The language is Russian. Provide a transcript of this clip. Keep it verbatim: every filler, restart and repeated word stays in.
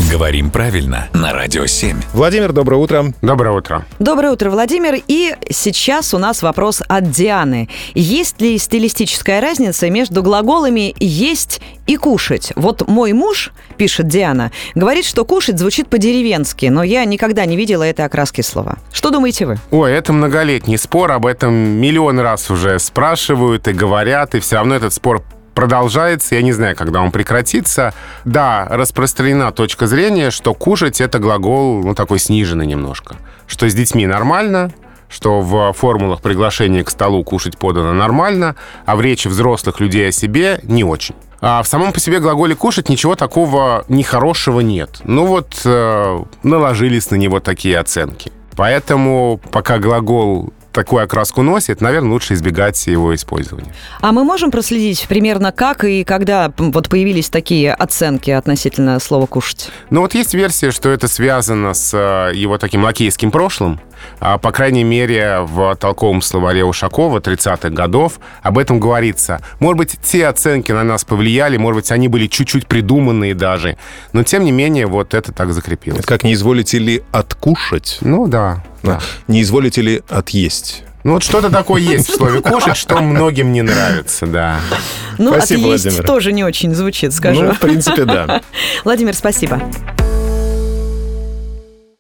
Говорим правильно на Радио семь. Владимир, доброе утро. Доброе утро. Доброе утро, Владимир. И сейчас у нас вопрос от Дианы. Есть ли стилистическая разница между глаголами «есть» и «кушать»? Вот мой муж, пишет Диана, говорит, что «кушать» звучит по-деревенски, но я никогда не видела этой окраски слова. Что думаете вы? Ой, это многолетний спор, об этом миллион раз уже спрашивают и говорят, и все равно этот спор продолжается, я не знаю, когда он прекратится. Да, распространена точка зрения, что кушать — это глагол, ну, такой сниженный немножко. Что с детьми нормально, что в формулах приглашения к столу кушать подано нормально, а в речи взрослых людей о себе не очень. А в самом по себе глаголе «кушать» ничего такого нехорошего нет. Ну вот, э, наложились на него такие оценки. Поэтому пока глагол такую окраску носит, наверное, лучше избегать его использования. А мы можем проследить примерно как и когда вот появились такие оценки относительно слова «кушать»? Ну вот есть версия, что это связано с его таким лакейским прошлым. По крайней мере, в толковом словаре Ушакова тридцатых годов об этом говорится. Может быть, те оценки на нас повлияли, может быть, они были чуть-чуть придуманные даже, но, тем не менее, вот это так закрепилось. Как не изволите ли откушать? Ну да. Да. да. Не изволите ли отъесть? Ну вот что-то такое есть в слове «кушать», что многим не нравится, да. Ну, спасибо, отъесть Владимир. тоже не очень звучит, скажу. Ну, в принципе, да. Владимир, спасибо.